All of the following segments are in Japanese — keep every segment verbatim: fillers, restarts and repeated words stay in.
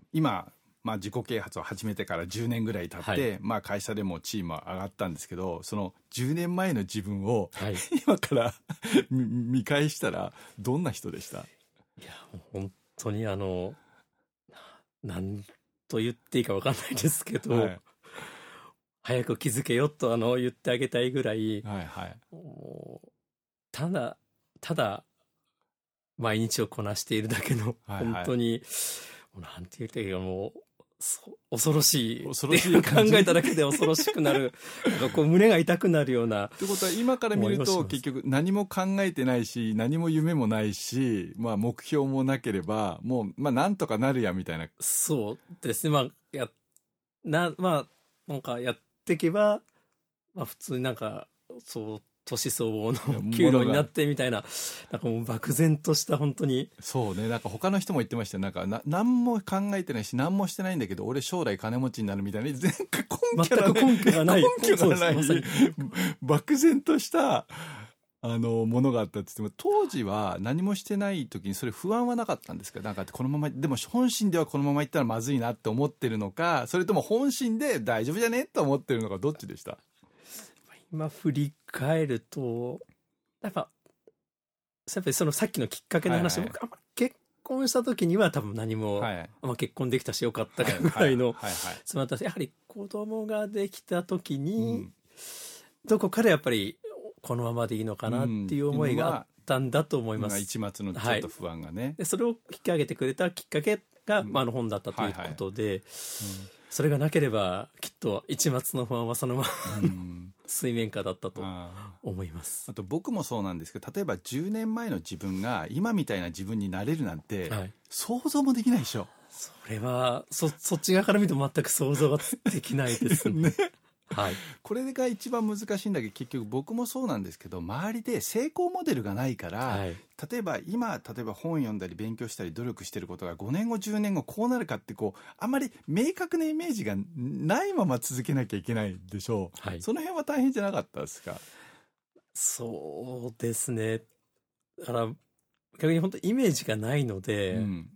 今、まあ、自己啓発を始めてからじゅうねんぐらい経って、 はい、 まあ、会社でもチームは上がったんですけど、そのじゅうねんまえの自分を、 はい、 今から見返したらどんな人でした？ いや本当にあのなんと言っていいか分かんないですけど、はい、早く気づけよとあの言ってあげたいぐらい、はいはい、もうただただ毎日をこなしているだけの、はいはい、本当になんて言っていいかもう恐ろしい恐ろしい考えただけで恐ろしくなるなんかこう胸が痛くなるような。 ってことは今から見ると結局何も考えてないし何も夢もないし、まあ、目標もなければもう、まあ、なんとかなるやみたいな。 そうですね。まあやなまあなんかやっていけば、まあ、普通になんかそう年相応の給料になってみたいな、なんかもう漠然とした本当に。 そうね、なんか他の人も言ってましたよ。なんかな何も考えてないし何もしてないんだけど俺将来金持ちになるみたいな全然根拠がない全く根拠がない根拠がない漠然としたあのものがあったって言っても、当時は何もしてない時にそれ不安はなかったんですか？なんかこのままでも本心ではこのままいったらまずいなって思ってるのか、それとも本心で大丈夫じゃねと思ってるのか、どっちでした？ 今振り返るとやっぱやっぱりそのさっきのきっかけの話、はいはい、僕あんま結婚した時には多分何も、はい、まあ、結婚できたしよかったかぐらいのつまったやはり子供ができた時に、うん、どこかでやっぱりこのままでいいのかなっていう思いがあったんだと思います。 うん、一末のちょっと不安がね、はい、 でそれを引き上げてくれたきっかけが、うんまあ、あの本だったということで、はいはいうん、それがなければきっと一末の不安はそのまま、うん水面下だったと思います。 あ, あと僕もそうなんですけど、例えばじゅうねんまえの自分が今みたいな自分になれるなんて、はい、想像もできないでしょ。 それは そ, そっち側から見ると全く想像ができないですね。ねはい、 これが一番難しいんだけど、結局僕もそうなんですけど周りで成功モデルがないから、はい、例えば今例えば本読んだり勉強したり努力してることがごねんごじゅうねんごこうなるかってこうあんまり明確なイメージがないまま続けなきゃいけないでしょう、はい、その辺は大変じゃなかったですか？ そうですね。だから逆に本当イメージがないので、うん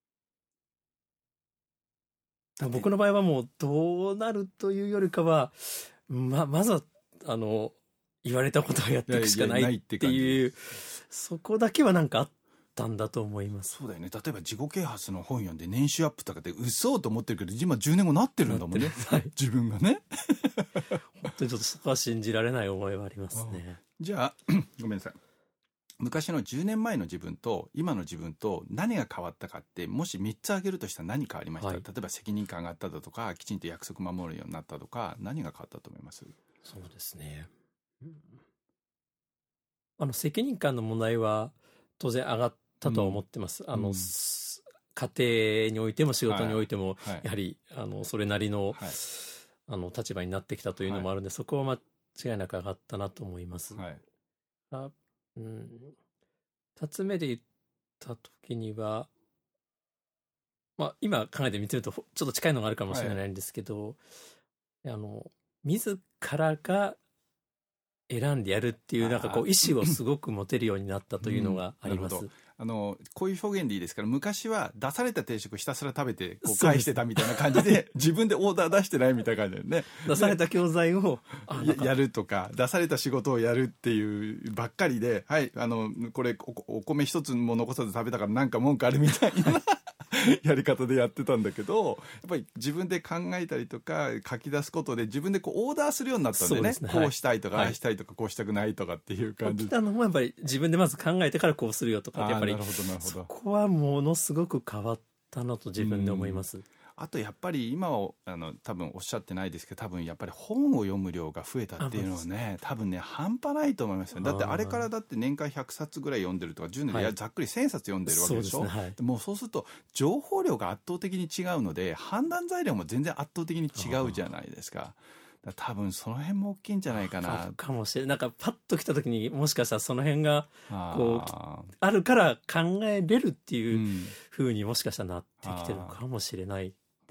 僕の場合はもうどうなるというよりかは ま, まずはあの言われたことをやっていくしかないっていう、そこだけはなんかあったんだと思います。 そうだよね。例えば自己啓発の本読んで年収アップとかって嘘と思ってるけど今じゅうねんごなってるんだもんね、はい、自分がね本当にちょっとそこは信じられない思いはありますね。 じゃあごめんなさい、昔のじゅうねんまえの自分と今の自分と何が変わったかって、もしみっつ挙げるとしたら何変わりました？はい、例えば責任感があっただとかきちんと約束守るようになったとか、何が変わったと思います？ そうですね、うん、あの責任感の問題は当然上がったとは思ってます、うん、あの、うん、家庭においても仕事においても、はい、やはりあのそれなりの、はい、あの立場になってきたというのもあるんで、はい、そこは間違いなく上がったなと思います、はい、あうん、ふたつめで言った時には、まあ、今考えてみてるとちょっと近いのがあるかもしれないんですけど、はい、あの自らが選んでやるっていうなんかこう意思をすごく持てるようになったというのがあります、うん、 あのこういう表現でいいですから、昔は出された定食ひたすら食べてこう返してたみたいな感じで自分でオーダー出してないみたいな感じだよね出された教材をや, やるとか出された仕事をやるっていうばっかりで、はいあのこれ お, お米一つも残さず食べたからなんか文句あるみたいなやり方でやってたんだけど、やっぱり自分で考えたりとか書き出すことで自分でこうオーダーするようになったんで ね, でね、こうしたいとか、はい、ああしたいとかこうしたくないとかっていう感じ。 起きたのもやっぱり自分でまず考えてからこうするよとかってやっぱりそこはものすごく変わったなと自分で思います。 あとやっぱり今はあの多分おっしゃってないですけど、多分やっぱり本を読む量が増えたっていうのはね、多分ね半端ないと思いますよ。だってあれからだって年間ひゃくさつぐらい読んでるとかじゅうねんでざっくりせんさつ読んでるわけでしょ、はい、そうですね、はい、もうそうすると情報量が圧倒的に違うので判断材料も全然圧倒的に違うじゃないですか。多分その辺も大きいんじゃないかな。 かもしれない。なんかパッと来た時にもしかしたらその辺がこう あ, あるから考えれるっていう風にもしかしたらなってきてるのかもしれない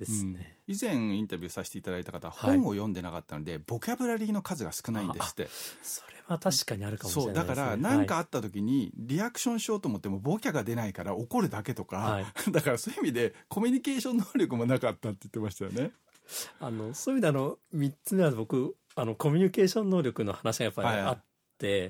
ですね、 うん、以前インタビューさせていただいた方は本を読んでなかったので、はい、ボキャブラリーの数が少ないんですって。 それは確かにあるかもしれないですね。 そうだから何かあった時にリアクションしようと思ってもボキャが出ないから怒るだけとか、はい、だからそういう意味でコミュニケーション能力もなかったって言ってましたよね。 あのそういう意味であのみっつめは僕あのコミュニケーション能力の話がやっぱりあって、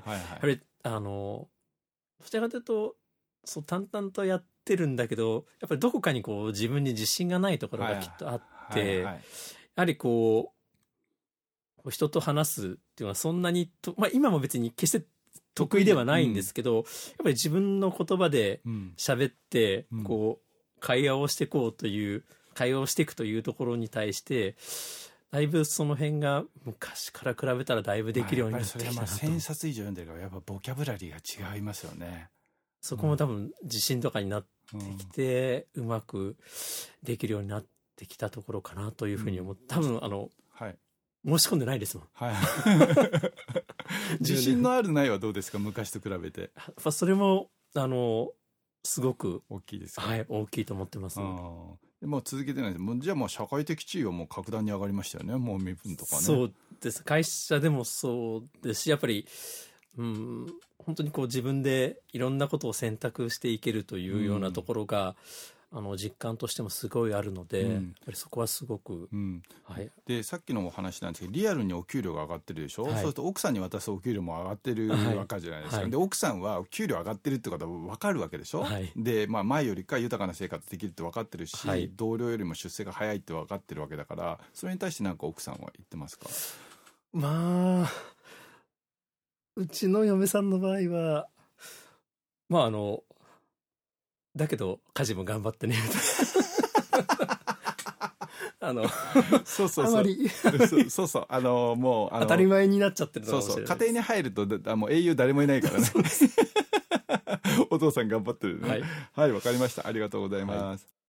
はいはいはいはい、やっぱりあのどちらかというとそう淡々とやってるんだけどやっぱりどこかにこう自分に自信がないところがきっとあって、はいはいはい、やはりこう人と話すっていうのはそんなにと、まあ、今も別に決して得意ではないんですけど、うん、やっぱり自分の言葉で喋ってこう会話をしていこうという会話をしていくというところに対してだいぶその辺が昔から比べたらだいぶできるようになってきたなと。 まあ、やっぱりそれはまあせんさつ以上読んでるからやっぱボキャブラリーが違いますよね。 そこも多分自信とかになってきて、うん、うまくできるようになってきたところかなというふうに思って、多分あの、はい、申し込んでないですもん、はい、 自信のあるないはどうですか昔と比べて。やっぱそれもあのすごく大きいですか。 はい、大きいと思ってます。 あでも続けてないでもじゃあもう社会的地位はもう格段に上がりましたよね。もう身分とかね。 そうです会社でもそうですしやっぱりうん本当にこう自分でいろんなことを選択していけるというようなところが、うん、あの実感としてもすごいあるので、うん、やっぱりそこはすごく、 うんはい、 でさっきのお話なんですけどリアルにお給料が上がってるでしょ、はい、そうすると奥さんに渡すお給料も上がってるわけじゃないですか、はい、で奥さんは給料上がってるってことは分かるわけでしょ、はい、で、まあ、前よりか豊かな生活できるって分かってるし、はい、同僚よりも出世が早いって分かってるわけだからそれに対して何か奥さんは言ってますか。 まあうちの嫁さんの場合はまああのだけど家事も頑張ってねあのそうそうそうあまりそうそうそうあのもうあの当たり前になっちゃってるのかもしれない。 そうそう家庭に入るともう英雄誰もいないからねお父さん頑張ってるね。はい、はい、わかりました。ありがとうございます。はい。